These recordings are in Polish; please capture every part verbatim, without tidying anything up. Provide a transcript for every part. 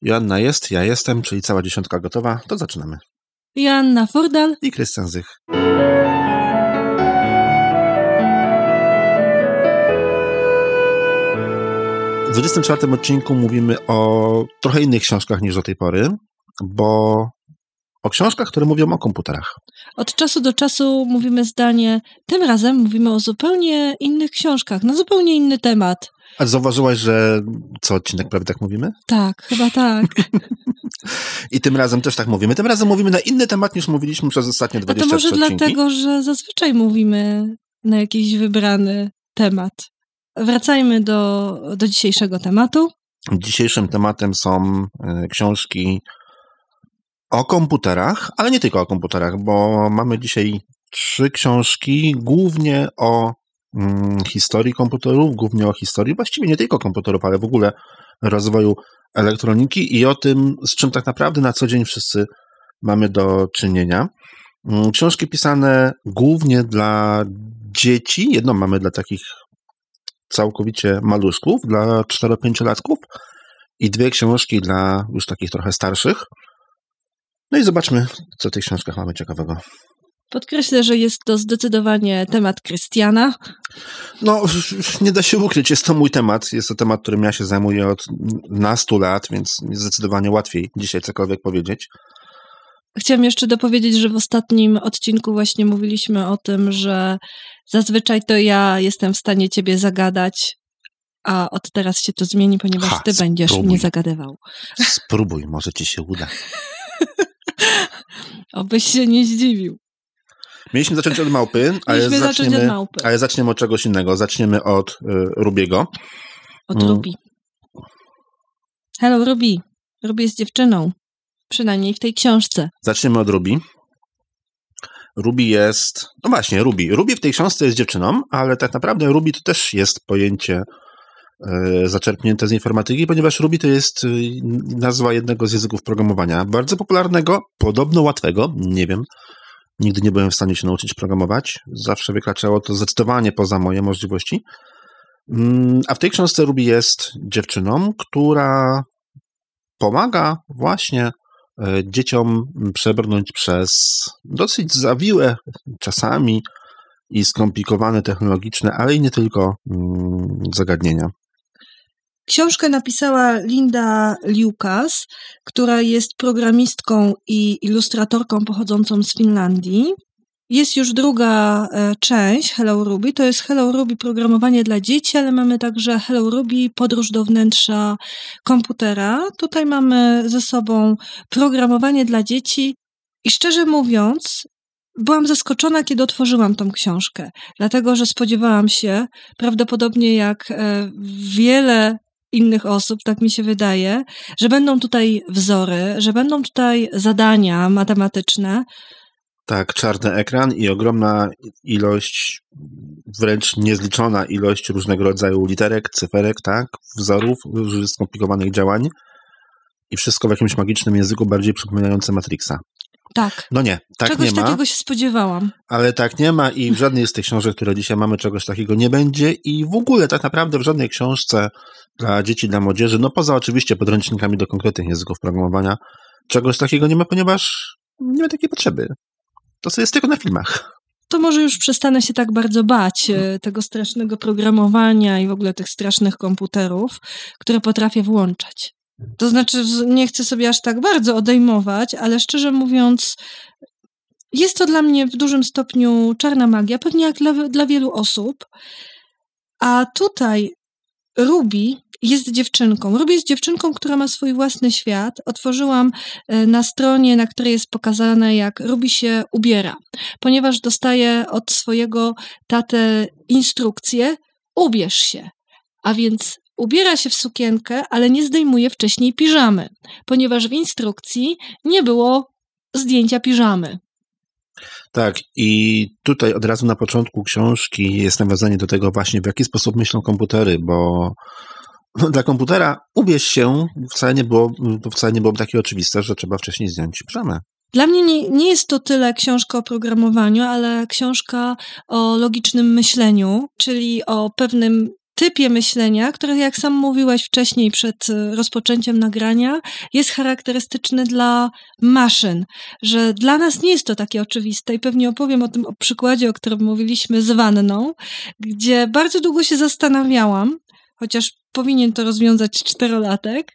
Joanna jest, ja jestem, czyli cała dziesiątka gotowa, to zaczynamy. Joanna Furdal i Krystian Zych. W dwudziestym czwartym odcinku mówimy o trochę innych książkach niż do tej pory, bo o książkach, które mówią o komputerach. Od czasu do czasu mówimy zdanie, tym razem mówimy o zupełnie innych książkach, na zupełnie inny temat. A zauważyłaś, że co odcinek prawie tak mówimy? Tak, chyba tak. I tym razem też tak mówimy. Tym razem mówimy na inny temat niż mówiliśmy przez ostatnie dwadzieścia trzy odcinki. A to może dlatego, że zazwyczaj mówimy na jakiś wybrany temat. Wracajmy do, do dzisiejszego tematu. Dzisiejszym tematem są y, książki o komputerach, ale nie tylko o komputerach, bo mamy dzisiaj trzy książki głównie o mm, historii komputerów, głównie o historii właściwie nie tylko komputerów, ale w ogóle rozwoju elektroniki i o tym, z czym tak naprawdę na co dzień wszyscy mamy do czynienia. Książki pisane głównie dla dzieci. Jedną mamy dla takich całkowicie maluszków, dla cztero-pięciolatków i dwie książki dla już takich trochę starszych. No i zobaczmy, co w tych książkach mamy ciekawego. Podkreślę, że jest to zdecydowanie temat Krystiana. No, nie da się ukryć, jest to mój temat. Jest to temat, którym ja się zajmuję od nastu lat, więc zdecydowanie łatwiej dzisiaj cokolwiek powiedzieć. Chciałam jeszcze dopowiedzieć, że w ostatnim odcinku właśnie mówiliśmy o tym, że zazwyczaj to ja jestem w stanie ciebie zagadać, a od teraz się to zmieni, ponieważ ha, ty spróbuj. będziesz mnie zagadywał. Spróbuj, może ci się uda. Obyś się nie zdziwił. Mieliśmy zacząć od małpy, ale zaczniemy, od małpy. ale zaczniemy od czegoś innego. Zaczniemy od y, Rubiego. Od mm. Ruby. Hello, Ruby. Ruby jest dziewczyną. Przynajmniej w tej książce. Zaczniemy od Ruby. Ruby jest... No właśnie, Ruby. Ruby w tej książce jest dziewczyną, ale tak naprawdę Ruby to też jest pojęcie y, zaczerpnięte z informatyki, ponieważ Ruby to jest y, nazwa jednego z języków programowania. Bardzo popularnego, podobno łatwego, nie wiem. Nigdy nie byłem w stanie się nauczyć programować. Zawsze wykraczało to zdecydowanie poza moje możliwości. A w tej książce Ruby jest dziewczyną, która pomaga właśnie dzieciom przebrnąć przez dosyć zawiłe czasami i skomplikowane technologiczne, ale i nie tylko zagadnienia. Książkę napisała Linda Liukas, która jest programistką i ilustratorką pochodzącą z Finlandii. Jest już druga e, część Hello Ruby, to jest Hello Ruby programowanie dla dzieci, ale mamy także Hello Ruby podróż do wnętrza komputera. Tutaj mamy ze sobą programowanie dla dzieci i szczerze mówiąc byłam zaskoczona, kiedy otworzyłam tą książkę, dlatego że spodziewałam się, prawdopodobnie jak e, wiele innych osób, tak mi się wydaje, że będą tutaj wzory, że będą tutaj zadania matematyczne. Tak, czarny ekran i ogromna ilość, wręcz niezliczona ilość różnego rodzaju literek, cyferek, tak, wzorów, skomplikowanych działań i wszystko w jakimś magicznym języku bardziej przypominającym Matrixa. Tak. No nie, tak czegoś nie ma. Czegoś takiego się spodziewałam. Ale tak nie ma i w żadnej z tych książek, które dzisiaj mamy, czegoś takiego nie będzie i w ogóle tak naprawdę w żadnej książce dla dzieci, dla młodzieży, no poza oczywiście podręcznikami do konkretnych języków programowania, czegoś takiego nie ma, ponieważ nie ma takiej potrzeby. To sobie jest tylko na filmach. To może już przestanę się tak bardzo bać tego strasznego programowania i w ogóle tych strasznych komputerów, które potrafię włączać. To znaczy, nie chcę sobie aż tak bardzo odejmować, ale szczerze mówiąc, jest to dla mnie w dużym stopniu czarna magia, pewnie jak dla, dla wielu osób. A tutaj Ruby jest dziewczynką. Ruby jest dziewczynką, która ma swój własny świat. Otworzyłam na stronie, na której jest pokazane, jak Ruby się ubiera, ponieważ dostaje od swojego taty instrukcję, ubierz się. A więc ubiera się w sukienkę, ale nie zdejmuje wcześniej piżamy, ponieważ w instrukcji nie było zdjęcia piżamy. Tak, i tutaj od razu na początku książki jest nawiązanie do tego właśnie, w jaki sposób myślą komputery, bo no, dla komputera ubierz się wcale nie było, to wcale nie byłoby takie oczywiste, że trzeba wcześniej zdjąć piżamę. Dla mnie nie, nie jest to tyle książka o programowaniu, ale książka o logicznym myśleniu, czyli o pewnym typie myślenia, który, jak sam mówiłeś wcześniej przed rozpoczęciem nagrania, jest charakterystyczny dla maszyn, że dla nas nie jest to takie oczywiste i pewnie opowiem o tym o przykładzie, o którym mówiliśmy z wanną, gdzie bardzo długo się zastanawiałam, chociaż powinien to rozwiązać czterolatek,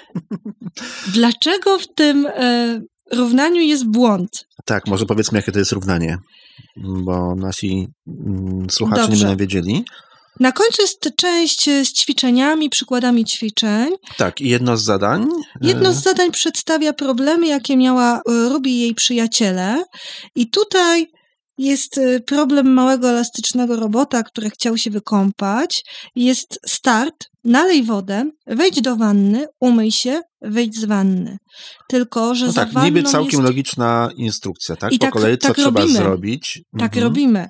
dlaczego w tym e, równaniu jest błąd. Tak, może powiedzmy, jakie to jest równanie, bo nasi mm, słuchacze Dobrze. nie będą wiedzieli. Na końcu jest część z ćwiczeniami, przykładami ćwiczeń. Tak, i jedno z zadań. Jedno z zadań przedstawia problemy, jakie miała Ruby i jej przyjaciele. I tutaj jest problem małego elastycznego robota, który chciał się wykąpać. Jest start, nalej wodę, wejdź do wanny, umyj się, wyjdź z wanny. Tylko, że no za tak, wanną niby całkiem jest... logiczna instrukcja, tak? I Po tak, kolei, co tak trzeba robimy. zrobić. Tak mhm. robimy.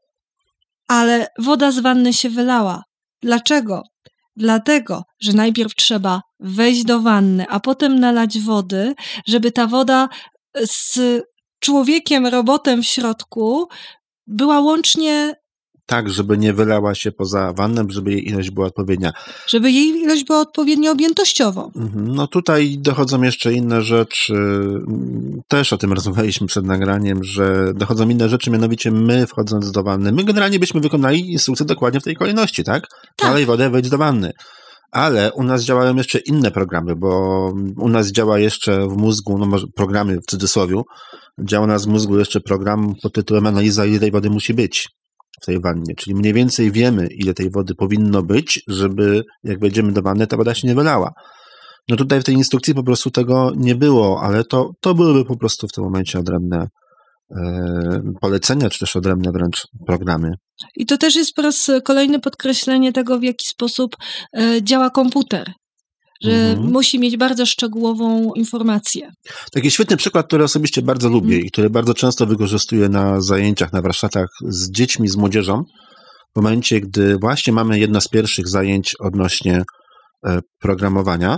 Ale woda z wanny się wylała. Dlaczego? Dlatego, że najpierw trzeba wejść do wanny, a potem nalać wody, żeby ta woda z człowiekiem, robotem w środku była łącznie... Tak, żeby nie wylała się poza wannę, żeby jej ilość była odpowiednia. Żeby jej ilość była odpowiednio objętościowo. No tutaj dochodzą jeszcze inne rzeczy, też o tym rozmawialiśmy przed nagraniem, że dochodzą inne rzeczy, mianowicie my wchodząc do wanny, my generalnie byśmy wykonali instrukcję dokładnie w tej kolejności, tak? Tak. Nalej wodę, wejdź do wanny. Ale u nas działają jeszcze inne programy, bo u nas działa jeszcze w mózgu, no może programy w cudzysłowie, działa u nas w mózgu jeszcze program pod tytułem analiza, ile tej wody musi być w tej wannie, czyli mniej więcej wiemy, ile tej wody powinno być, żeby jak wejdziemy do wanny, ta woda się nie wylała. No tutaj w tej instrukcji po prostu tego nie było, ale to, to byłyby po prostu w tym momencie odrębne e, polecenia, czy też odrębne wręcz programy. I to też jest po raz kolejny podkreślenie tego, w jaki sposób e, działa komputer. Że mhm. musi mieć bardzo szczegółową informację. Taki świetny przykład, który osobiście bardzo lubię mhm. i który bardzo często wykorzystuję na zajęciach, na warsztatach z dziećmi, z młodzieżą, w momencie, gdy właśnie mamy jedno z pierwszych zajęć odnośnie e, programowania,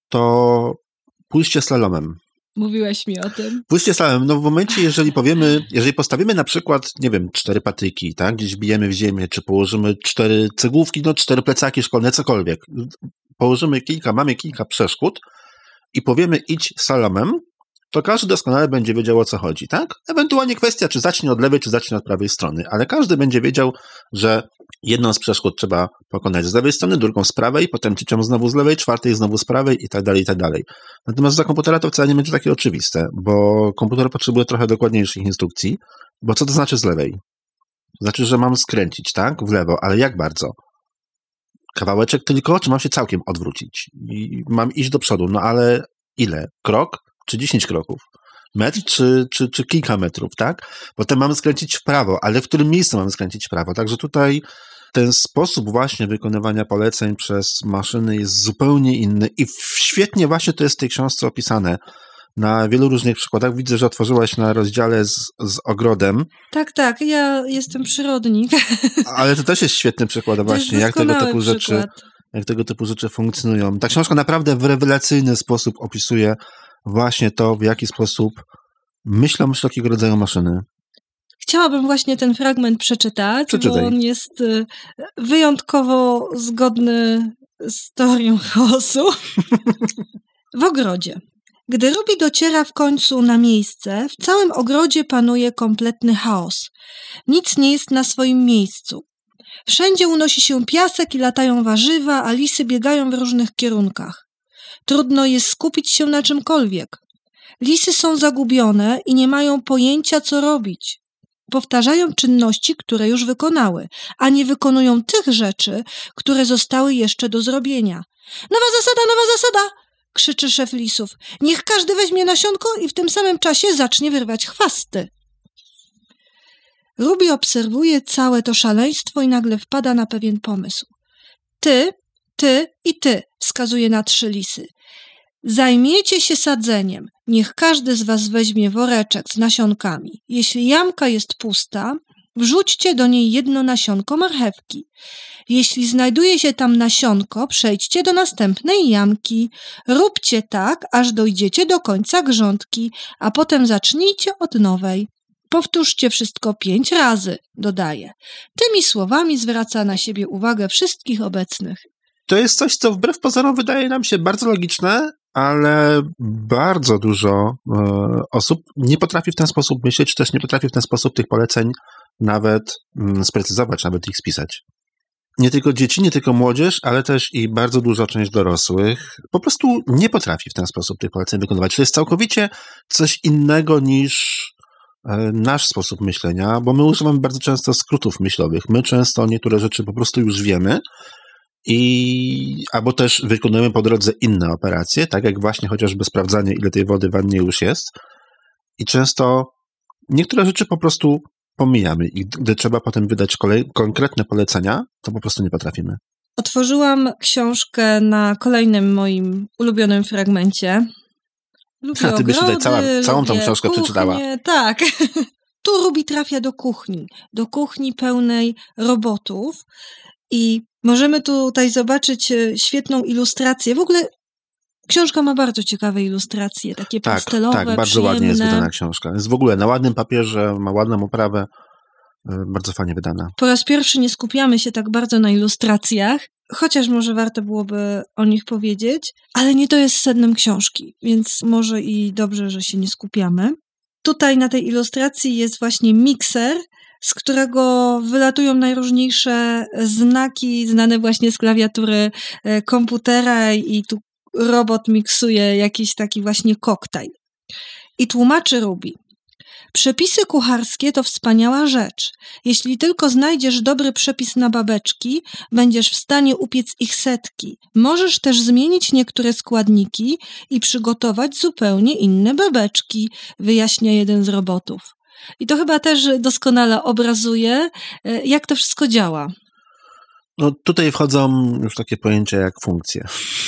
to pójście slalomem. Mówiłeś mi o tym. Pójście slalomem, no w momencie, jeżeli powiemy, jeżeli postawimy na przykład, nie wiem, cztery patyki, tak, gdzieś bijemy w ziemię, czy położymy cztery cegłówki, no cztery plecaki szkolne, cokolwiek, położymy kilka, mamy kilka przeszkód i powiemy idź slalomem, to każdy doskonale będzie wiedział, o co chodzi, tak? Ewentualnie kwestia, czy zacznie od lewej, czy zacznie od prawej strony, ale każdy będzie wiedział, że jedną z przeszkód trzeba pokonać z lewej strony, drugą z prawej, potem trzecią znowu z lewej, czwartej znowu z prawej i tak dalej, i tak dalej. Natomiast dla komputera to wcale nie będzie takie oczywiste, bo komputer potrzebuje trochę dokładniejszych instrukcji, bo co to znaczy z lewej? Znaczy, że mam skręcić, tak? W lewo, ale jak bardzo? Kawałeczek tylko, czy mam się całkiem odwrócić? I mam iść do przodu, no ale ile? Krok czy dziesięć kroków? Metr czy, czy, czy kilka metrów, tak? Potem mamy skręcić w prawo, ale w którym miejscu mamy skręcić w prawo? Także tutaj ten sposób właśnie wykonywania poleceń przez maszyny jest zupełnie inny i świetnie właśnie to jest w tej książce opisane. Na wielu różnych przykładach. Widzę, że otworzyłaś na rozdziale z, z ogrodem. Tak, tak, ja jestem przyrodnik. Ale to też jest świetny przykład właśnie, jak tego typu rzeczy, jak tego typu rzeczy funkcjonują. Ta książka naprawdę w rewelacyjny sposób opisuje właśnie to, w jaki sposób myślą wszelkiego rodzaju maszyny. Chciałabym właśnie ten fragment przeczytać, Przeczytaj. Bo on jest wyjątkowo zgodny z teorią chaosu. W ogrodzie. Gdy Ruby dociera w końcu na miejsce, w całym ogrodzie panuje kompletny chaos. Nic nie jest na swoim miejscu. Wszędzie unosi się piasek i latają warzywa, a lisy biegają w różnych kierunkach. Trudno jest skupić się na czymkolwiek. Lisy są zagubione i nie mają pojęcia, co robić. Powtarzają czynności, które już wykonały, a nie wykonują tych rzeczy, które zostały jeszcze do zrobienia. Nowa zasada, nowa zasada! Krzyczy szef lisów. Niech każdy weźmie nasionko i w tym samym czasie zacznie wyrwać chwasty. Ruby obserwuje całe to szaleństwo i nagle wpada na pewien pomysł. Ty, ty i ty, wskazuje na trzy lisy. Zajmiecie się sadzeniem. Niech każdy z was weźmie woreczek z nasionkami. Jeśli jamka jest pusta, wrzućcie do niej jedno nasionko marchewki. Jeśli znajduje się tam nasionko, przejdźcie do następnej jamki. Róbcie tak, aż dojdziecie do końca grządki, a potem zacznijcie od nowej. Powtórzcie wszystko pięć razy, dodaje. Tymi słowami zwraca na siebie uwagę wszystkich obecnych. To jest coś, co wbrew pozorom wydaje nam się bardzo logiczne, ale bardzo dużo e, osób nie potrafi w ten sposób myśleć, czy też nie potrafi w ten sposób tych poleceń nawet mm, sprecyzować, nawet ich spisać. Nie tylko dzieci, nie tylko młodzież, ale też i bardzo duża część dorosłych po prostu nie potrafi w ten sposób tych poleceń wykonywać. To jest całkowicie coś innego niż e, nasz sposób myślenia, bo my używamy bardzo często skrótów myślowych. My często niektóre rzeczy po prostu już wiemy, I albo też wykonujemy po drodze inne operacje, tak jak właśnie chociażby sprawdzanie, ile tej wody w wannie już jest. I często niektóre rzeczy po prostu pomijamy i gdy trzeba potem wydać kolej, konkretne polecenia, to po prostu nie potrafimy. Otworzyłam książkę na kolejnym moim ulubionym fragmencie. Lubię A ty byś ogrody, tutaj cała, całą tą książkę kuchnię, przeczytała. Tak. Tu Ruby trafia do kuchni, do kuchni pełnej robotów i możemy tutaj zobaczyć świetną ilustrację. W ogóle książka ma bardzo ciekawe ilustracje, takie Tak, pastelowe, tak, bardzo przyjemne. ładnie jest wydana książka. Jest w ogóle na ładnym papierze, ma ładną oprawę, bardzo fajnie wydana. Po raz pierwszy nie skupiamy się tak bardzo na ilustracjach, chociaż może warto byłoby o nich powiedzieć, ale nie to jest sednem książki, więc może i dobrze, że się nie skupiamy. Tutaj na tej ilustracji jest właśnie mikser, z którego wylatują najróżniejsze znaki znane właśnie z klawiatury komputera i tu robot miksuje jakiś taki właśnie koktajl. I tłumaczy Ruby. Przepisy kucharskie to wspaniała rzecz. Jeśli tylko znajdziesz dobry przepis na babeczki, będziesz w stanie upiec ich setki. Możesz też zmienić niektóre składniki i przygotować zupełnie inne babeczki, wyjaśnia jeden z robotów. I to chyba też doskonale obrazuje, jak to wszystko działa. No tutaj wchodzą już takie pojęcia jak funkcje.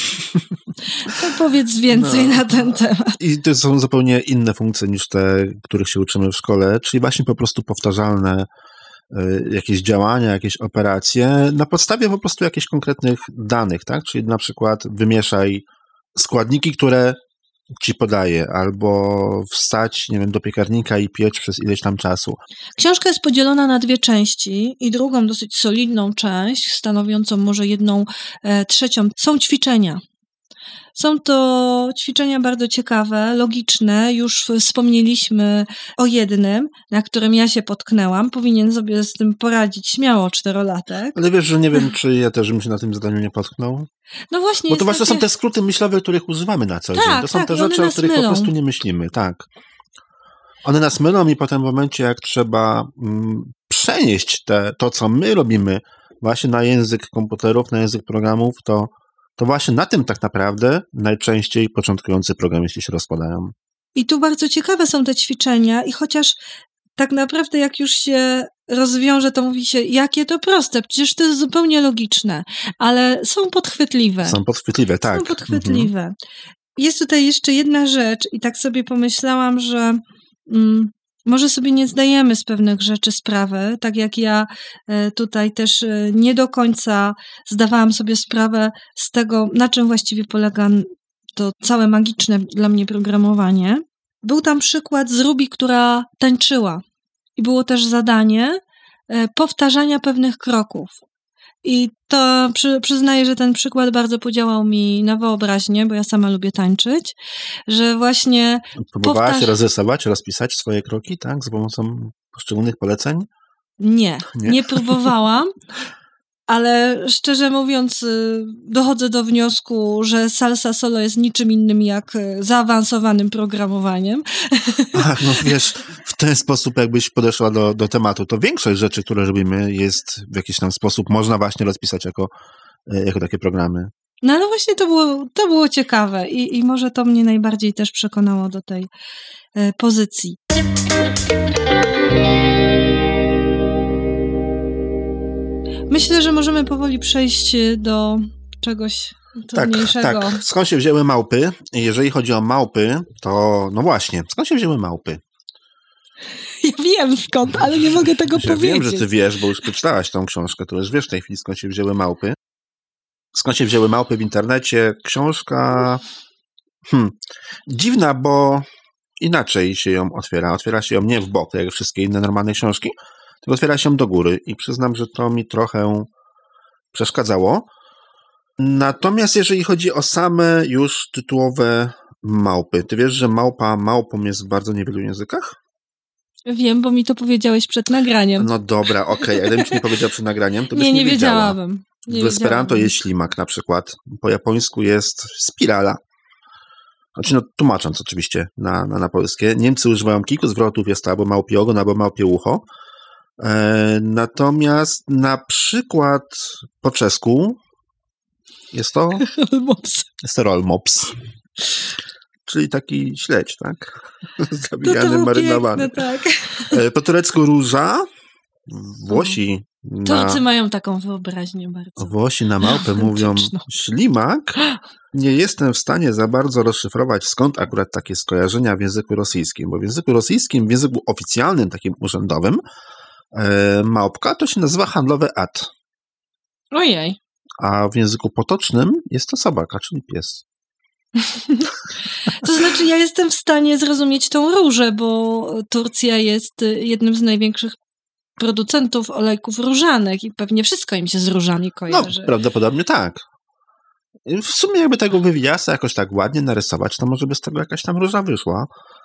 To powiedz więcej no. na ten temat. I to są zupełnie inne funkcje niż te, których się uczymy w szkole, czyli właśnie po prostu powtarzalne y, jakieś działania, jakieś operacje na podstawie po prostu jakichś konkretnych danych, tak? Czyli na przykład wymieszaj składniki, które ci podaje, albo wstać, nie wiem, do piekarnika i piecz przez ileś tam czasu. Książka jest podzielona na dwie części i drugą dosyć solidną część, stanowiącą może jedną e, trzecią, są ćwiczenia. Są to ćwiczenia bardzo ciekawe, logiczne. Już wspomnieliśmy o jednym, na którym ja się potknęłam. Powinien sobie z tym poradzić śmiało czterolatek. Ale wiesz, że nie wiem, czy ja też bym się na tym zadaniu nie potknął. No właśnie. Bo to właśnie takie... są te skróty myślowe, których używamy na co tak, dzień. To są tak, te rzeczy, o których mylą. Po prostu nie myślimy. Tak. One nas mylą i potem w momencie, jak trzeba mm, przenieść te, to, co my robimy właśnie na język komputerów, na język programów, to to właśnie na tym tak naprawdę najczęściej początkujący programiści się rozpadają. I tu bardzo ciekawe są te ćwiczenia i chociaż tak naprawdę jak już się rozwiąże, to mówi się, jakie to proste, przecież to jest zupełnie logiczne, ale są podchwytliwe. Są podchwytliwe, tak. Są podchwytliwe. Mhm. Jest tutaj jeszcze jedna rzecz i tak sobie pomyślałam, że mm, może sobie nie zdajemy z pewnych rzeczy sprawy, tak jak ja tutaj też nie do końca zdawałam sobie sprawę z tego, na czym właściwie polega to całe magiczne dla mnie programowanie. Był tam przykład z Ruby, która tańczyła i było też zadanie powtarzania pewnych kroków. I to przy, przyznaję, że ten przykład bardzo podziałał mi na wyobraźnię, bo ja sama lubię tańczyć, że właśnie... Próbowałaś powtarz... rozrysować, rozpisać swoje kroki, tak? Z pomocą poszczególnych poleceń? Nie, nie, nie próbowałam, ale szczerze mówiąc dochodzę do wniosku, że salsa solo jest niczym innym jak zaawansowanym programowaniem. Ach, no wiesz, w ten sposób jakbyś podeszła do, do tematu, to większość rzeczy, które robimy jest w jakiś tam sposób, można właśnie rozpisać jako, jako takie programy. No ale właśnie to było, to było ciekawe i, i może to mnie najbardziej też przekonało do tej e, pozycji. Myślę, że możemy powoli przejść do czegoś trudniejszego. Tak, tak. Skąd się wzięły małpy? Jeżeli chodzi o małpy, to no właśnie, skąd się wzięły małpy? Ja wiem skąd, ale nie mogę tego ja powiedzieć. Wiem, że ty wiesz, bo już przeczytałaś tą książkę, to już wiesz w tej chwili, skąd się wzięły małpy. Skąd się wzięły małpy w internecie? Książka hmm, dziwna, bo inaczej się ją otwiera. Otwiera się ją nie w bok, jak wszystkie inne normalne książki, tylko otwiera się do góry i przyznam, że to mi trochę przeszkadzało. Natomiast jeżeli chodzi o same już tytułowe małpy, ty wiesz, że małpa małpą jest w bardzo niewielu językach? Wiem, bo mi to powiedziałeś przed nagraniem. No dobra, okej, okay. Gdybym ci nie powiedział przed nagraniem, to byś nie, nie, nie wiedziała. wiedziałabym. Nie w Esperanto wiedziałabym. jest ślimak na przykład. Po japońsku jest spirala. Znaczy, no tłumacząc oczywiście na, na, na polskie. Niemcy używają kilku zwrotów, jest to albo małpie ogon, albo małpie ucho. E, natomiast na przykład po czesku jest to Mops. jest to rollmops. Czyli taki śledź, tak? Zabijany, to to marynowany. Piękne, tak. E, po turecku róża. Włosi na... Turcy mają taką wyobraźnię bardzo. Włosi na małpę mówią ślimak. Nie jestem w stanie za bardzo rozszyfrować, skąd akurat takie skojarzenia w języku rosyjskim, bo w języku rosyjskim, w języku oficjalnym, takim urzędowym, e, małpka to się nazywa handlowy at. Ojej. A w języku potocznym jest to sobaka, czyli pies. To znaczy, ja jestem w stanie zrozumieć tą różę, bo Turcja jest jednym z największych producentów olejków różanych i pewnie wszystko im się z różami kojarzy. No, prawdopodobnie tak. W sumie jakby tego wywiasa jakoś tak ładnie narysować, to może by z tego jakaś tam róża wyszła.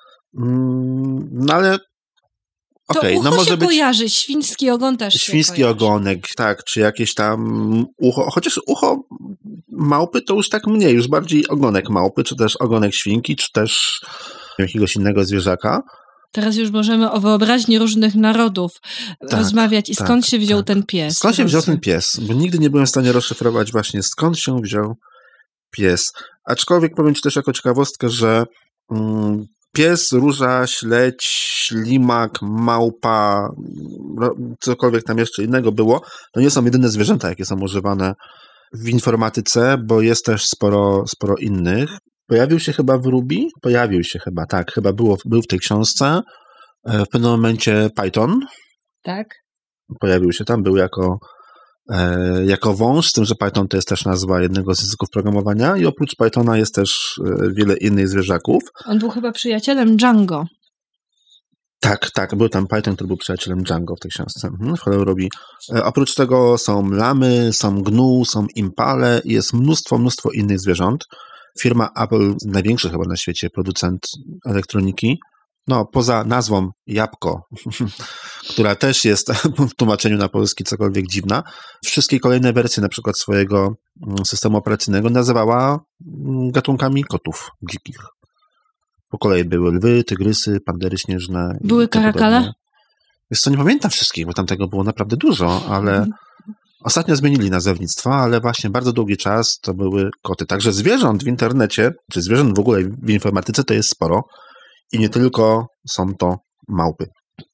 No ale to okej, ucho no może się być kojarzy, świński ogon też świński się ogonek, tak, czy jakieś tam ucho, chociaż ucho małpy to już tak mniej, już bardziej ogonek małpy, czy też ogonek świnki, czy też jakiegoś innego zwierzaka. Teraz już możemy o wyobraźni różnych narodów tak, rozmawiać i tak, skąd się wziął tak. ten pies. Skąd się wziął ten pies? Bo nigdy nie byłem w stanie rozszyfrować właśnie skąd się wziął pies. Aczkolwiek powiem ci też jako ciekawostkę, że mm, pies, róża, śledź, ślimak, małpa, cokolwiek tam jeszcze innego było, to nie są jedyne zwierzęta, jakie są używane w informatyce, bo jest też sporo, sporo innych. Pojawił się chyba w Ruby? Pojawił się chyba, tak. Chyba było, był w tej książce. W pewnym momencie Python. Tak. Pojawił się tam, był jako, e, jako wąż, z tym, że Python to jest też nazwa jednego z języków programowania i oprócz Pythona jest też wiele innych zwierzaków. On był chyba przyjacielem Django. Tak, tak, był tam Python, który był przyjacielem Django w tej książce. Mhm, w cholerę robi. E, oprócz tego są lamy, są gnu, są impale i jest mnóstwo, mnóstwo innych zwierząt. Firma Apple, największy chyba na świecie producent elektroniki, no poza nazwą Jabłko, która też jest w tłumaczeniu na polski cokolwiek dziwna, wszystkie kolejne wersje na przykład swojego systemu operacyjnego nazywała gatunkami kotów dzikich. Po kolei były lwy, tygrysy, pandery śnieżne. Były karakale? Wiesz co, nie pamiętam wszystkich, bo tam tego było naprawdę dużo, ale mm. ostatnio zmienili nazewnictwo, ale właśnie bardzo długi czas to były koty. Także zwierząt w internecie, czy zwierząt w ogóle w informatyce to jest sporo i nie tylko są to małpy.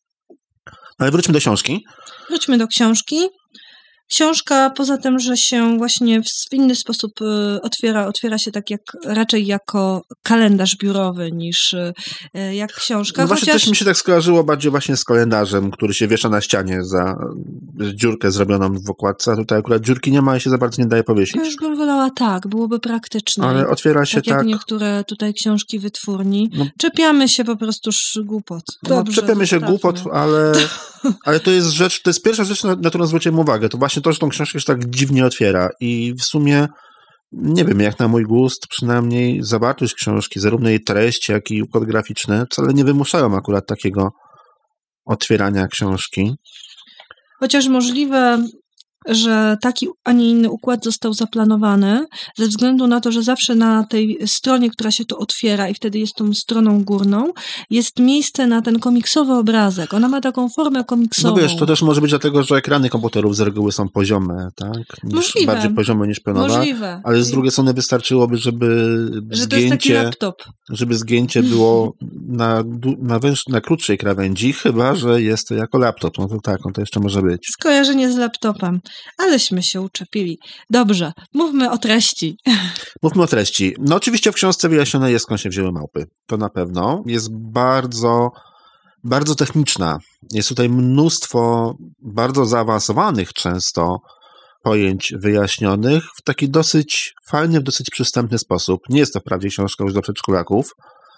Ale wróćmy do książki. Wróćmy do książki. Książka, poza tym, że się właśnie w inny sposób otwiera, otwiera się tak jak raczej jako kalendarz biurowy niż jak książka. No właśnie chociaż... też mi się tak skojarzyło bardziej właśnie z kalendarzem, który się wiesza na ścianie za dziurkę zrobioną w okładce, a tutaj akurat dziurki nie ma i się za bardzo nie daje powiesić. Ja już bym wolała tak, byłoby praktyczne. Ale otwiera się tak. tak... jak niektóre tutaj książki wytwórni. No, czepiamy się po prostu głupot. Dobrze, no, czepiamy się głupot, ale, ale to jest rzecz, to jest pierwsza rzecz, na, na którą zwróciłem uwagę. To właśnie to, że tą książkę się tak dziwnie otwiera i w sumie nie wiem, jak na mój gust, przynajmniej zawartość książki, zarówno jej treść, jak i układ graficzny wcale nie wymuszają akurat takiego otwierania książki. Chociaż możliwe, że taki, a nie inny układ został zaplanowany ze względu na to, że zawsze na tej stronie, która się tu otwiera i wtedy jest tą stroną górną, jest miejsce na ten komiksowy obrazek. Ona ma taką formę komiksową. No wiesz, to też może być dlatego, że ekrany komputerów z reguły są poziome, tak? Niż, Możliwe. Bardziej poziome niż pionowe. Możliwe. Ale z drugiej strony wystarczyłoby, żeby że zgięcie, to jest taki laptop. żeby zgięcie było na, na, węż, na krótszej krawędzi, chyba że jest to jako laptop. No to tak, no to jeszcze może być. Skojarzenie z laptopem. Aleśmy się uczepili. Dobrze, mówmy o treści. Mówmy o treści. No oczywiście w książce wyjaśnione jest, skąd się wzięły małpy. To na pewno. Jest bardzo, bardzo techniczna. Jest tutaj mnóstwo bardzo zaawansowanych często pojęć wyjaśnionych w taki dosyć fajny, w dosyć przystępny sposób. Nie jest to wprawdzie książka już dla przedszkolaków,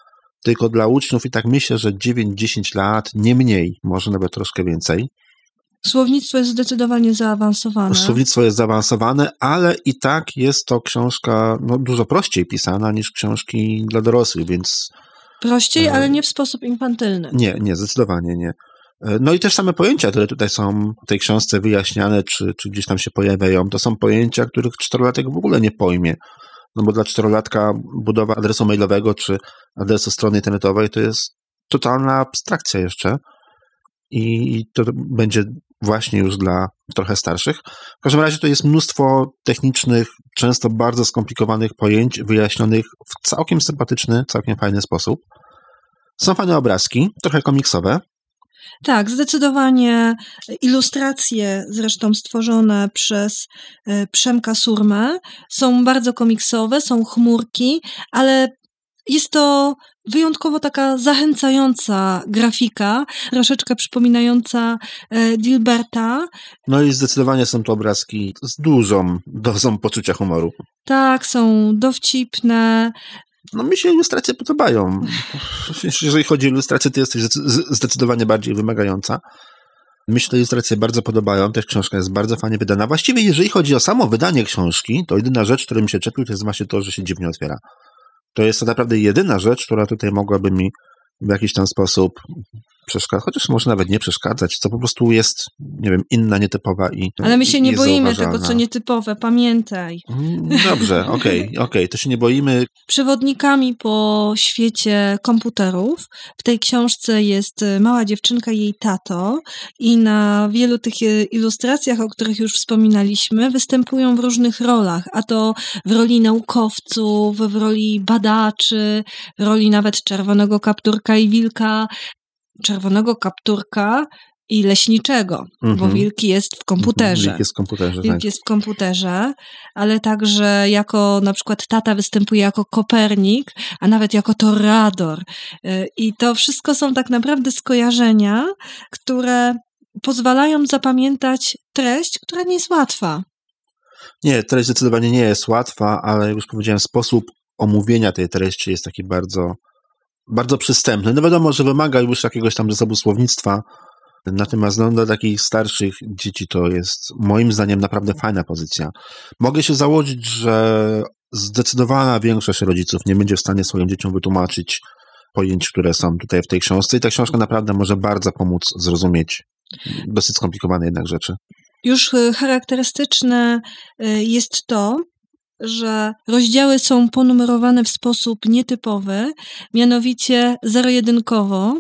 tylko dla uczniów i tak myślę, że dziewięć dziesięć lat, nie mniej, może nawet troszkę więcej. Słownictwo jest zdecydowanie zaawansowane. Słownictwo jest zaawansowane, ale i tak jest to książka no, dużo prościej pisana niż książki dla dorosłych, więc... Prościej, ale nie w sposób infantylny. Nie, nie, zdecydowanie nie. No i też same pojęcia, które tutaj są w tej książce wyjaśniane, czy, czy gdzieś tam się pojawiają, to są pojęcia, których czterolatek w ogóle nie pojmie. No bo dla czterolatka budowa adresu mailowego, czy adresu strony internetowej to jest totalna abstrakcja jeszcze. I to będzie właśnie już dla trochę starszych. W każdym razie to jest mnóstwo technicznych, często bardzo skomplikowanych pojęć wyjaśnionych w całkiem sympatyczny, całkiem fajny sposób. Są fajne obrazki, trochę komiksowe. Tak, zdecydowanie ilustracje zresztą stworzone przez Przemka Surmę są bardzo komiksowe, są chmurki, ale jest to wyjątkowo taka zachęcająca grafika, troszeczkę przypominająca Dilberta. No i zdecydowanie są to obrazki z dużą dozą poczucia humoru. Tak, są dowcipne. No mi się ilustracje podobają. Jeżeli chodzi o ilustrację, to jesteś zdecydowanie bardziej wymagająca. Mi się te ilustracje bardzo podobają, też książka jest bardzo fajnie wydana. Właściwie jeżeli chodzi o samo wydanie książki, to jedyna rzecz, która mi się czepił, to jest właśnie to, że się dziwnie otwiera. To jest to naprawdę jedyna rzecz, która tutaj mogłaby mi w jakiś tam sposób przeszkadzać, chociaż może nawet nie przeszkadzać, co po prostu jest, nie wiem, inna, nietypowa i Ale my się nie boimy zauważalna. tego, co nietypowe, pamiętaj. Dobrze, okej, okay, okej, okay, to się nie boimy. Przewodnikami po świecie komputerów w tej książce jest mała dziewczynka i jej tato i na wielu tych ilustracjach, o których już wspominaliśmy, występują w różnych rolach, a to w roli naukowców, w roli badaczy, w roli nawet czerwonego kapturka i wilka, czerwonego kapturka i leśniczego, mm-hmm. bo wilk jest w komputerze. Wilk jest w komputerze, Wilk tak. jest w komputerze, ale także jako na przykład tata występuje jako Kopernik, a nawet jako Torador. I to wszystko są tak naprawdę skojarzenia, które pozwalają zapamiętać treść, która nie jest łatwa. Nie, treść zdecydowanie nie jest łatwa, ale już powiedziałem, sposób omówienia tej treści jest taki bardzo bardzo przystępny. No wiadomo, że wymaga już jakiegoś tam zasobu słownictwa, natomiast no, dla takich starszych dzieci to jest moim zdaniem naprawdę fajna pozycja. Mogę się założyć, że zdecydowana większość rodziców nie będzie w stanie swoim dzieciom wytłumaczyć pojęć, które są tutaj w tej książce i ta książka naprawdę może bardzo pomóc zrozumieć dosyć skomplikowane jednak rzeczy. Już charakterystyczne jest to, że rozdziały są ponumerowane w sposób nietypowy, mianowicie zero-jedynkowo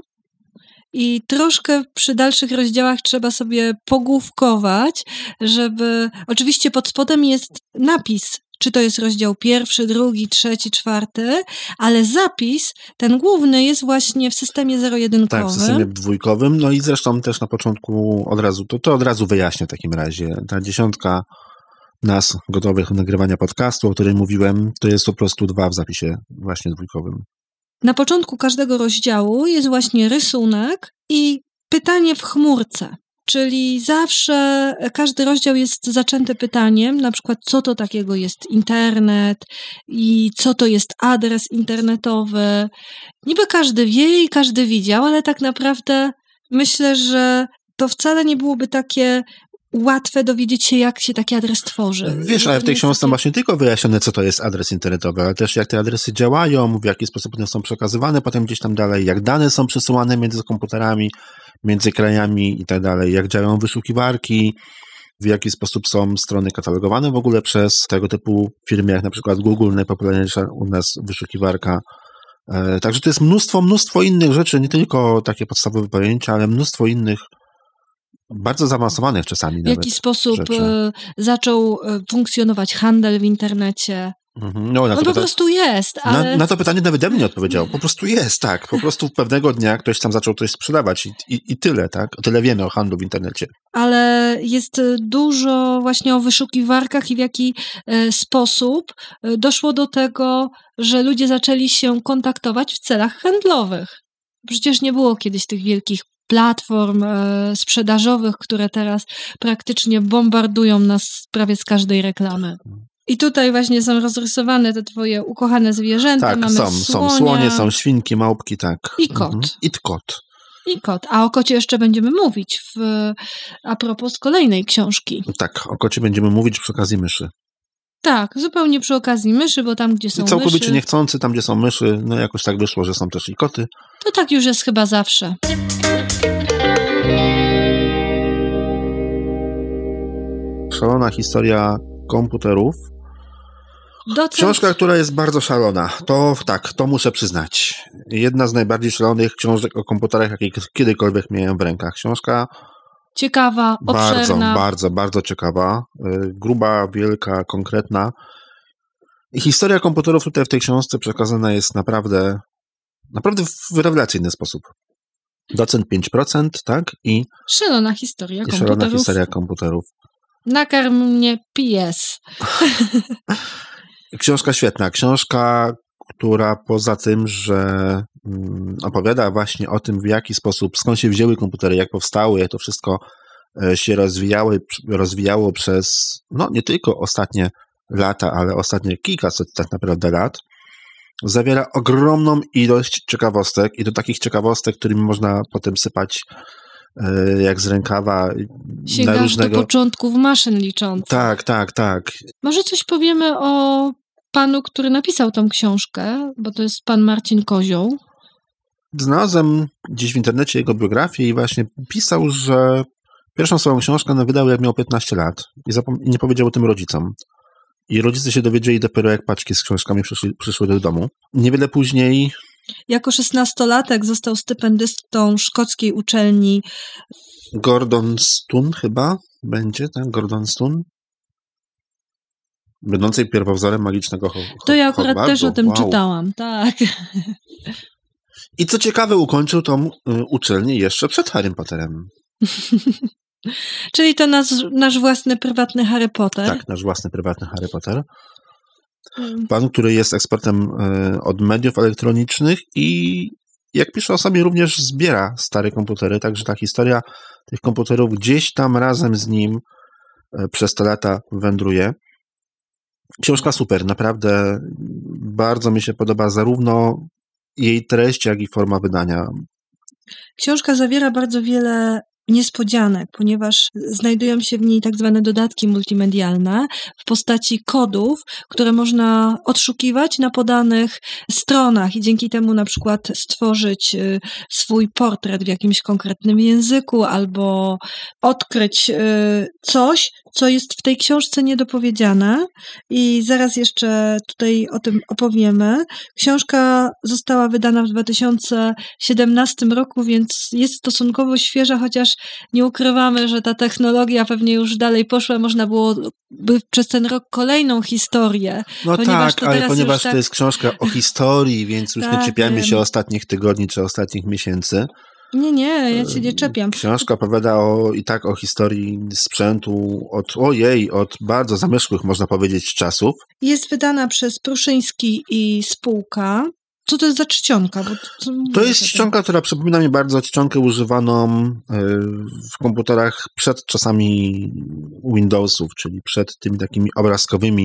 i troszkę przy dalszych rozdziałach trzeba sobie pogłówkować, żeby... Oczywiście pod spodem jest napis, czy to jest rozdział pierwszy, drugi, trzeci, czwarty, ale zapis, ten główny jest właśnie w systemie zero-jedynkowym. Tak, w systemie dwójkowym, no i zresztą też na początku od razu, to, to od razu wyjaśnię w takim razie. Ta dziesiątka nas gotowych do nagrywania podcastu, o którym mówiłem, to jest po prostu dwa w zapisie właśnie dwójkowym. Na początku każdego rozdziału jest właśnie rysunek i pytanie w chmurce, czyli zawsze każdy rozdział jest zaczęty pytaniem, na przykład co to takiego jest internet i co to jest adres internetowy. Niby każdy wie i każdy widział, ale tak naprawdę myślę, że to wcale nie byłoby takie łatwe dowiedzieć się, jak się taki adres tworzy. Wiesz, ale w tej książce masz nie tylko wyjaśnione, co to jest adres internetowy, ale też jak te adresy działają, w jaki sposób one są przekazywane potem gdzieś tam dalej, jak dane są przesyłane między komputerami, między krajami i tak dalej, jak działają wyszukiwarki, w jaki sposób są strony katalogowane w ogóle przez tego typu firmy, jak na przykład Google, najpopularniejsza u nas wyszukiwarka. Także to jest mnóstwo, mnóstwo innych rzeczy, nie tylko takie podstawowe pojęcia, ale mnóstwo innych bardzo zaawansowanych czasami nawet. W jaki sposób rzeczy. zaczął funkcjonować handel w internecie? Mhm. No, na On to po pyta... prostu jest, ale... Na, na to pytanie nawet mnie odpowiedział. Po prostu jest, tak. Po prostu pewnego dnia ktoś tam zaczął coś sprzedawać i, i, i tyle, tak? Tyle wiemy o handlu w internecie. Ale jest dużo właśnie o wyszukiwarkach i w jaki sposób doszło do tego, że ludzie zaczęli się kontaktować w celach handlowych. Przecież nie było kiedyś tych wielkich platform e, sprzedażowych, które teraz praktycznie bombardują nas prawie z każdej reklamy. I tutaj właśnie są rozrysowane te twoje ukochane zwierzęta. Tak, Mamy są, słonia, są słonie, są świnki, małpki, tak. I kot. Mhm. I kot. I kot. A o kocie jeszcze będziemy mówić w, a propos kolejnej książki. Tak, o kocie będziemy mówić przy okazji myszy. Tak, zupełnie przy okazji myszy, bo tam, gdzie są I całkowicie myszy, niechcący, tam gdzie są myszy, no jakoś tak wyszło, że są też i koty. to tak już jest chyba zawsze. Szalona historia komputerów. Docent... Książka, która jest bardzo szalona. To tak, to muszę przyznać. Jedna z najbardziej szalonych książek o komputerach, jakie kiedykolwiek miałem w rękach. Książka Ciekawa, bardzo, obszerna. bardzo, bardzo ciekawa. Gruba, wielka, konkretna. I historia komputerów tutaj w tej książce przekazana jest naprawdę, naprawdę w rewelacyjny sposób. Docent pięć procent, tak? I, Szalona historia i komputerów. szalona historia komputerów. Nakarm mnie P S. Książka świetna. Książka, która poza tym, że mm, opowiada właśnie o tym, w jaki sposób, skąd się wzięły komputery, jak powstały, jak to wszystko e, się rozwijały, rozwijało przez, no nie tylko ostatnie lata, ale ostatnie kilkaset tak naprawdę lat, zawiera ogromną ilość ciekawostek i do takich ciekawostek, którymi można potem sypać e, jak z rękawa. Sięgasz na różnego... do początków maszyn liczących. Tak, tak, tak. Może coś powiemy o panu, który napisał tą książkę, bo to jest pan Marcin Kozioł. Znalazłem gdzieś w internecie jego biografię i właśnie pisał, że pierwszą swoją książkę no, wydał jak miał piętnaście lat i, zapom- i nie powiedział o tym rodzicom. I rodzice się dowiedzieli dopiero jak paczki z książkami przyszły, przyszły do domu. Niewiele później... Jako szesnastolatek został stypendystą szkockiej uczelni Gordon Stun chyba będzie, tak? Gordon Stun? Będącej pierwowzorem magicznego ho- To ja akurat Hogwartu. też o tym Wow. czytałam, tak. I co ciekawe, ukończył tą y, uczelnię jeszcze przed Harrym Potterem. Czyli to nasz, nasz własny, prywatny Harry Potter. Tak, nasz własny, prywatny Harry Potter. Mm. Pan, który jest ekspertem y, od mediów elektronicznych i jak pisze o sobie, również zbiera stare komputery, także ta historia tych komputerów gdzieś tam razem z nim y, przez te lata wędruje. Książka super, naprawdę bardzo mi się podoba zarówno jej treść, jak i forma wydania. Książka zawiera bardzo wiele niespodzianek, ponieważ znajdują się w niej tak zwane dodatki multimedialne w postaci kodów, które można odszukiwać na podanych stronach i dzięki temu na przykład stworzyć swój portret w jakimś konkretnym języku albo odkryć coś, co jest w tej książce niedopowiedziane i zaraz jeszcze tutaj o tym opowiemy. Książka została wydana w dwa tysiące siedemnastym roku, więc jest stosunkowo świeża, chociaż nie ukrywamy, że ta technologia pewnie już dalej poszła, można byłoby przez ten rok kolejną historię. No ponieważ tak, ale ponieważ tak... to jest książka o historii, więc już tak, nie czepiamy wiem. się ostatnich tygodni czy ostatnich miesięcy. Nie, nie, ja się nie czepiam. Książka opowiada o, i tak o historii sprzętu od, ojej, od bardzo zamierzchłych, można powiedzieć, czasów. Jest wydana przez Pruszyński i spółka. Co to jest za czcionka? Bo to, to jest czcionka, która przypomina mi bardzo czcionkę używaną w komputerach przed czasami Windowsów, czyli przed tymi takimi obrazkowymi,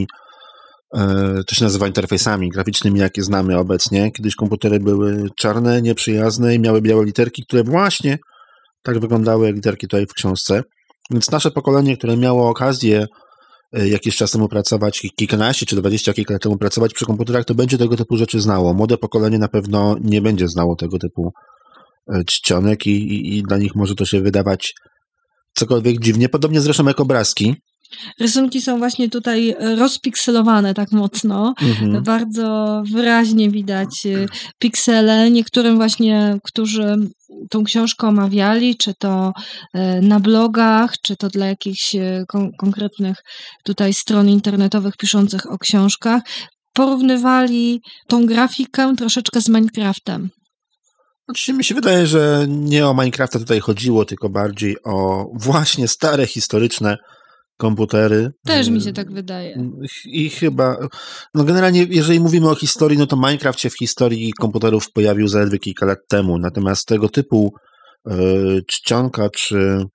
to się nazywa interfejsami graficznymi, jakie znamy obecnie. Kiedyś komputery były czarne, nieprzyjazne i miały białe literki, które właśnie tak wyglądały jak literki tutaj w książce. Więc nasze pokolenie, które miało okazję jakiś czas temu pracować, kilkanaście czy dwadzieścia kilka lat temu pracować przy komputerach, to będzie tego typu rzeczy znało. Młode pokolenie na pewno nie będzie znało tego typu czcionek i, i, i dla nich może to się wydawać cokolwiek dziwnie. Podobnie zresztą jak obrazki. Rysunki są właśnie tutaj rozpikselowane tak mocno. Mhm. Bardzo wyraźnie widać piksele. Niektórym właśnie, którzy tą książkę omawiali, czy to na blogach, czy to dla jakichś kon- konkretnych tutaj stron internetowych piszących o książkach, porównywali tą grafikę troszeczkę z Minecraftem. Oczywiście mi się wydaje, że nie o Minecrafta tutaj chodziło, tylko bardziej o właśnie stare, historyczne komputery. Też mi się tak wydaje. I chyba, no generalnie jeżeli mówimy o historii, no to Minecraft się w historii komputerów pojawił zaledwie kilka lat temu, natomiast tego typu y, czcionka czy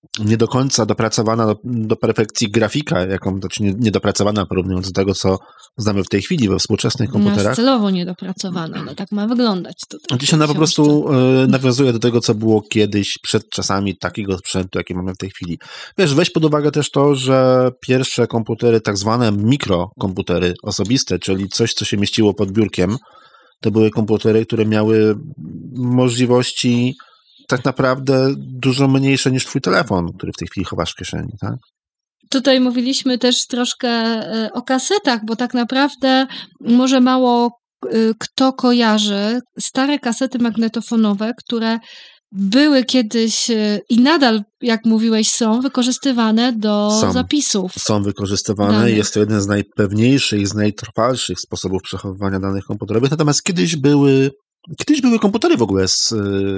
nie do końca dopracowana do, do perfekcji grafika, jaką, znaczy nie, niedopracowana porównując do tego, co znamy w tej chwili we współczesnych komputerach. No, celowo niedopracowana, no tak ma wyglądać tutaj. Dziś ona po prostu y, nawiązuje do tego, co było kiedyś, przed czasami takiego sprzętu, jaki mamy w tej chwili. Wiesz, weź pod uwagę też to, że pierwsze komputery, tak zwane mikrokomputery osobiste, czyli coś, co się mieściło pod biurkiem, to były komputery, które miały możliwości tak naprawdę dużo mniejsze niż twój telefon, który w tej chwili chowasz w kieszeni, tak? Tutaj mówiliśmy też troszkę o kasetach, bo tak naprawdę może mało kto kojarzy stare kasety magnetofonowe, które były kiedyś i nadal, jak mówiłeś, są wykorzystywane do są, zapisów. Są wykorzystywane. Danych. Jest to jeden z najpewniejszych i z najtrwalszych sposobów przechowywania danych komputerowych. Natomiast kiedyś były, kiedyś były komputery w ogóle z,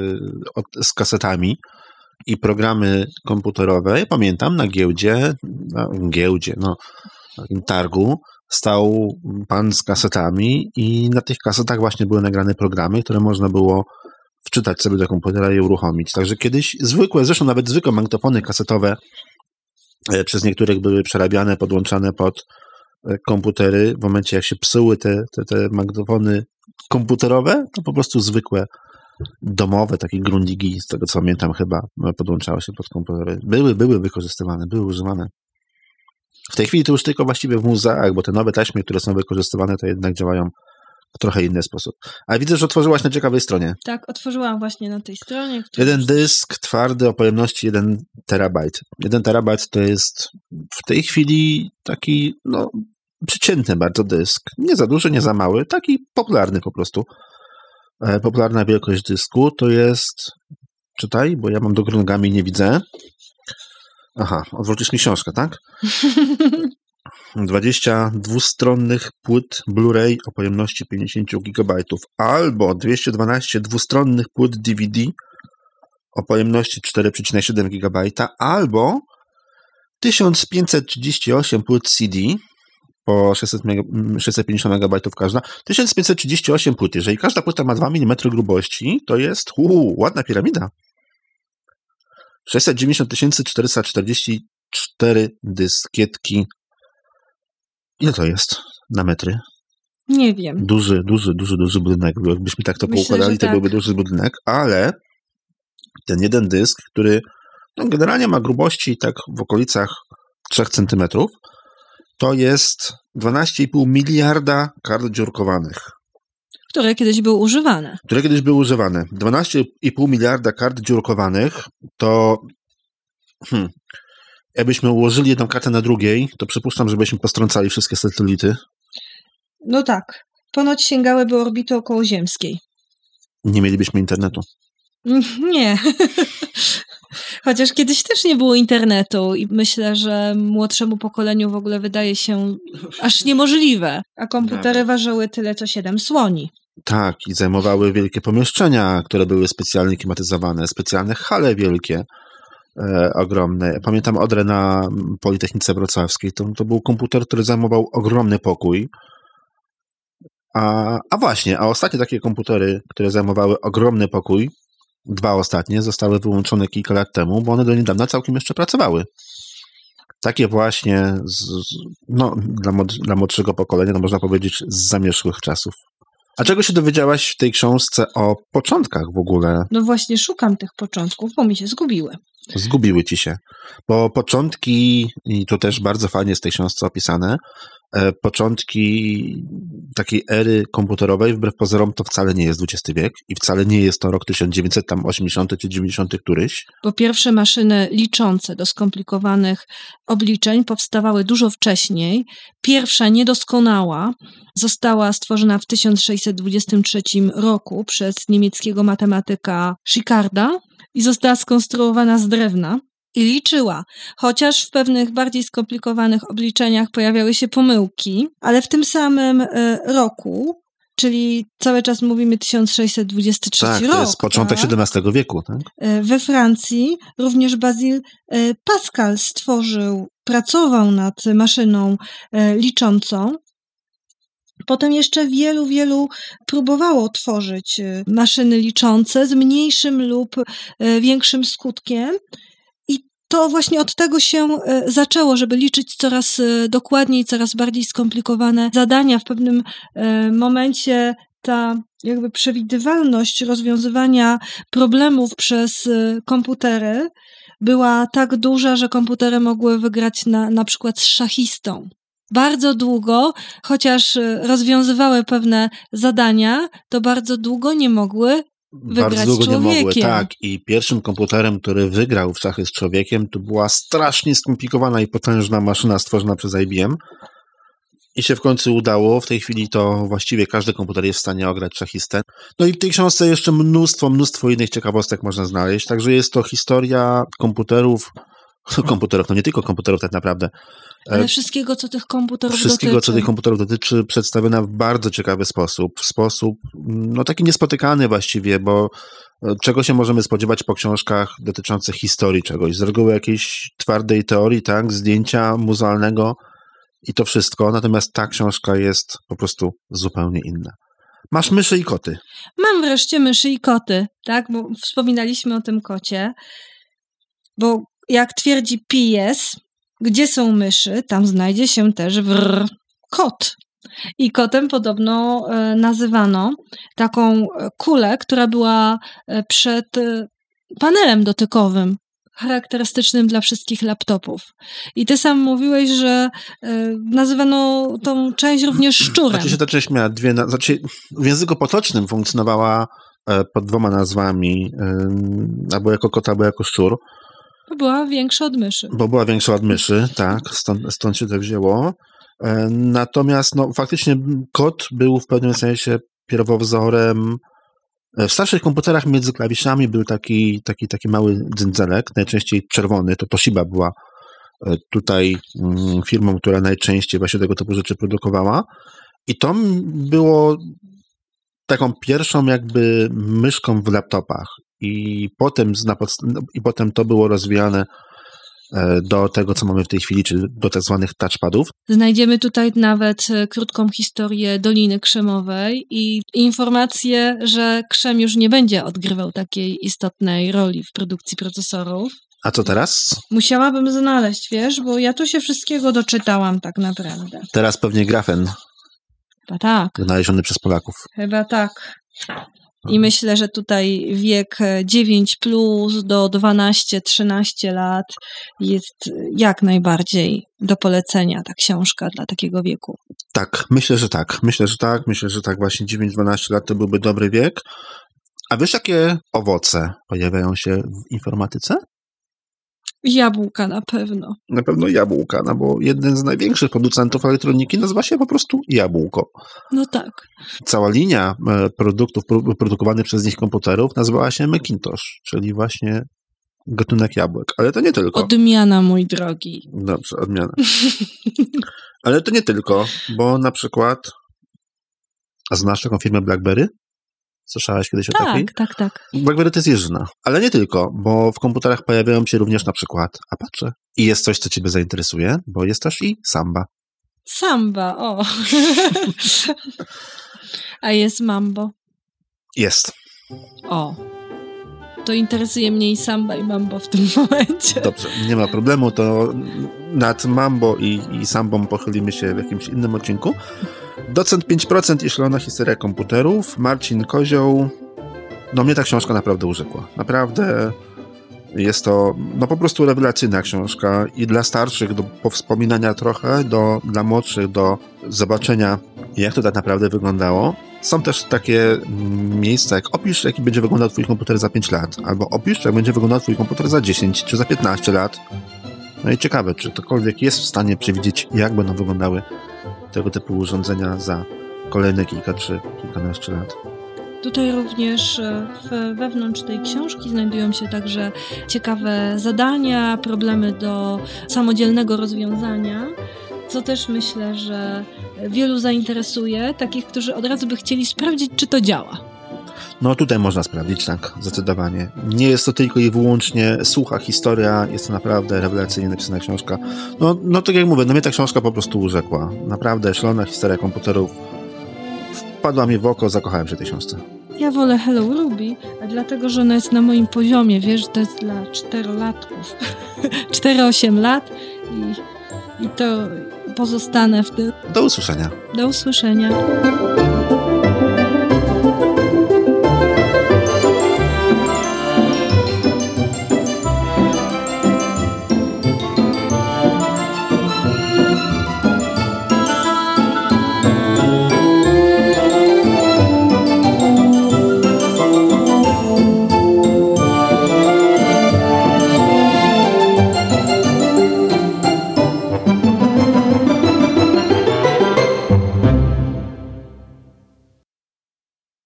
z kasetami i programy komputerowe. Ja pamiętam na giełdzie, na giełdzie, no, na takim targu stał pan z kasetami i na tych kasetach właśnie były nagrane programy, które można było wczytać sobie do komputera i uruchomić. Także kiedyś zwykłe, zresztą nawet zwykłe magnetofony kasetowe przez niektórych były przerabiane, podłączane pod komputery. W momencie jak się psuły te, te, te magnetofony komputerowe, to po prostu zwykłe domowe, takie grundigi, z tego co pamiętam chyba, podłączały się pod komputery. Były, były wykorzystywane, były używane. W tej chwili to już tylko właściwie w muzeach, bo te nowe taśmy, które są wykorzystywane, to jednak działają w trochę inny sposób. A widzę, że otworzyłaś na ciekawej stronie. Tak, otworzyłam właśnie na tej stronie. Jeden dysk twardy o pojemności jeden terabajt. jeden terabajt to jest w tej chwili taki, no, przeciętny bardzo dysk. Nie za duży, nie za mały, taki popularny po prostu. E, popularna wielkość dysku to jest, czytaj, bo ja mam do góry nogami i nie widzę. Aha, odwrócisz mi książkę, tak? dwadzieścia dwustronnych płyt Blu-ray o pojemności pięćdziesiąt gigabajtów albo dwieście dwanaście dwustronnych płyt D V D o pojemności cztery przecinek siedem gigabajta albo tysiąc pięćset trzydzieści osiem płyt C D po sześćset pięćdziesiąt megabajtów każda. tysiąc pięćset trzydzieści osiem płyt. Jeżeli każda płyta ma dwa milimetry grubości, to jest uu, ładna piramida. sześćset dziewięćdziesiąt tysięcy czterysta czterdzieści cztery dyskietki. Ile to jest na metry? Nie wiem. Duży, duży, duży, duży budynek. Jakbyśmy tak to Myślę, poukładali, to tak. byłby duży budynek, ale ten jeden dysk, który no, generalnie ma grubości tak w okolicach trzech centymetrów, to jest dwanaście i pół miliarda kart dziurkowanych. Które kiedyś były używane. Które kiedyś były używane. dwanaście i pół miliarda kart dziurkowanych to... Hmm, jakbyśmy ułożyli jedną kartę na drugiej, to przypuszczam, żebyśmy postrącali wszystkie satelity. No tak. Ponoć sięgałyby orbity okołoziemskiej. Nie mielibyśmy internetu. Nie. Chociaż kiedyś też nie było internetu i myślę, że młodszemu pokoleniu w ogóle wydaje się aż niemożliwe. A komputery ważyły tyle, co siedem słoni. Tak, i zajmowały wielkie pomieszczenia, które były specjalnie klimatyzowane, specjalne hale wielkie. E, ogromne. Pamiętam Odrę na Politechnice Wrocławskiej. To, to był komputer, który zajmował ogromny pokój. A, a właśnie, a ostatnie takie komputery, które zajmowały ogromny pokój, dwa ostatnie, zostały wyłączone kilka lat temu, bo one do niedawna całkiem jeszcze pracowały. Takie właśnie z, no, dla, mod, dla młodszego pokolenia, no można powiedzieć, z zamierzchłych czasów. A czego się dowiedziałaś w tej książce o początkach w ogóle? No właśnie szukam tych początków, bo mi się zgubiły. Zgubiły ci się. Bo początki, i to też bardzo fajnie jest w tej książce opisane, początki takiej ery komputerowej, wbrew pozorom, to wcale nie jest dwudziesty wiek i wcale nie jest to rok tysiąc dziewięćset osiemdziesiąty czy dziewięćdziesiąty któryś. Bo pierwsze maszyny liczące do skomplikowanych obliczeń powstawały dużo wcześniej. Pierwsza niedoskonała została stworzona w tysiąc sześćset dwudziestym trzecim roku przez niemieckiego matematyka Schikarda i została skonstruowana z drewna. I liczyła, chociaż w pewnych bardziej skomplikowanych obliczeniach pojawiały się pomyłki, ale w tym samym y, roku, czyli cały czas mówimy tysiąc sześćset dwudziesty trzeci tak, rok. To jest początek tak? siedemnastego wieku. Tak? Y, we Francji również Basil y, Pascal stworzył, pracował nad maszyną y, liczącą. Potem jeszcze wielu, wielu próbowało tworzyć y, maszyny liczące z mniejszym lub y, większym skutkiem. to właśnie od tego się zaczęło, żeby liczyć coraz dokładniej, coraz bardziej skomplikowane zadania. W pewnym momencie ta jakby przewidywalność rozwiązywania problemów przez komputery była tak duża, że komputery mogły wygrać na, na przykład z szachistą. Bardzo długo, chociaż rozwiązywały pewne zadania, to bardzo długo nie mogły wygrać Bardzo długo z człowiekiem. nie mogły, tak. I pierwszym komputerem, który wygrał w szachy z człowiekiem, to była strasznie skomplikowana i potężna maszyna stworzona przez I B M. I się w końcu udało. W tej chwili to właściwie każdy komputer jest w stanie ograć szachistę. No i w tej książce jeszcze mnóstwo, mnóstwo innych ciekawostek można znaleźć. Także jest to historia komputerów, komputerów, no nie tylko komputerów tak naprawdę. Ale wszystkiego, co tych komputerów Wszystkiego, dotyczy. co tych komputerów dotyczy, przedstawiona w bardzo ciekawy sposób. W sposób, no taki niespotykany właściwie, bo czego się możemy spodziewać po książkach dotyczących historii czegoś? Z reguły jakiejś twardej teorii, tak? Zdjęcia muzealnego i to wszystko. Natomiast ta książka jest po prostu zupełnie inna. Masz myszy i koty. Mam wreszcie myszy i koty, tak? Bo wspominaliśmy o tym kocie. Bo jak twierdzi P S, gdzie są myszy, tam znajdzie się też wrr, kot. I kotem podobno e, nazywano taką kulę, która była przed panelem dotykowym, charakterystycznym dla wszystkich laptopów. I ty sam mówiłeś, że e, nazywano tą część również szczurem. Znaczy się ta część miała dwie, na... znaczy w języku potocznym funkcjonowała e, pod dwoma nazwami, e, albo jako kot, albo jako szczur. Bo była większa od myszy. Bo była większa od myszy, tak, stąd, stąd się to wzięło. E, natomiast no, faktycznie kot był w pewnym sensie pierwowzorem. W starszych komputerach między klawiszami był taki, taki, taki mały dzyndzelek, najczęściej czerwony, to Toshiba była tutaj firmą, która najczęściej właśnie tego typu rzeczy produkowała. I to było taką pierwszą jakby myszką w laptopach. I potem, i potem to było rozwijane do tego, co mamy w tej chwili, czyli do tak zwanych touchpadów. Znajdziemy tutaj nawet krótką historię Doliny Krzemowej i informację, że krzem już nie będzie odgrywał takiej istotnej roli w produkcji procesorów. A co teraz? Musiałabym znaleźć, wiesz, bo ja tu się wszystkiego doczytałam tak naprawdę. Teraz pewnie grafen. Chyba tak. Wynaleziony przez Polaków. Chyba tak. I myślę, że tutaj wiek dziewięć plus do dwanaście trzynaście lat jest jak najbardziej do polecenia ta książka dla takiego wieku. Tak, myślę, że tak. Myślę, że tak. Myślę, że tak właśnie dziewięć dwanaście lat to byłby dobry wiek. A wiesz, jakie owoce pojawiają się w informatyce? Jabłka na pewno. Na pewno jabłka, no bo jeden z największych producentów elektroniki nazywa się po prostu Jabłko. No tak. Cała linia produktów produkowanych przez nich komputerów nazywała się Macintosh, czyli właśnie gatunek jabłek. Ale to nie tylko. Odmiana, mój drogi. Dobrze, odmiana. Ale to nie tylko, bo na przykład a znasz taką firmę BlackBerry? Słyszałaś kiedyś tak, o takiej? Tak, tak, tak. BlackBerry to jest jeżyna. Ale nie tylko, bo w komputerach pojawiają się również na przykład Apache. I jest coś, co ciebie zainteresuje, bo jest też i Samba. Samba, o. A jest Mambo? Jest. O. To interesuje mnie i Samba, i Mambo w tym momencie. Dobrze, nie ma problemu, to nad Mambo i, i Sambą pochylimy się w jakimś innym odcinku. Docent pięć procent i szalona historia komputerów. Marcin Kozioł. No mnie ta książka naprawdę urzekła. Naprawdę jest to no po prostu rewelacyjna książka i dla starszych do powspominania trochę, do, dla młodszych do zobaczenia, jak to tak naprawdę wyglądało. Są też takie miejsca, jak opisz, jaki będzie wyglądał twój komputer za pięć lat, albo opisz, jak będzie wyglądał twój komputer za dziesięć czy za piętnaście lat. No i ciekawe, czy ktokolwiek jest w stanie przewidzieć, jak będą wyglądały tego typu urządzenia za kolejne kilka czy kilkanaście lat. Tutaj również w, wewnątrz tej książki znajdują się także ciekawe zadania, problemy do samodzielnego rozwiązania, co też myślę, że wielu zainteresuje, takich, którzy od razu by chcieli sprawdzić, czy to działa. No tutaj można sprawdzić, tak, zdecydowanie. Nie jest to tylko i wyłącznie sucha historia, jest to naprawdę rewelacyjnie napisana książka. No, no tak jak mówię, no mnie ta książka po prostu urzekła. Naprawdę szalona historia komputerów wpadła mi w oko, zakochałem się w tej książce. Ja wolę Hello Ruby, a dlatego, że ona jest na moim poziomie, wiesz, to jest dla czterolatków. cztery osiem lat i, i to pozostanę w tym. Do usłyszenia. Do usłyszenia.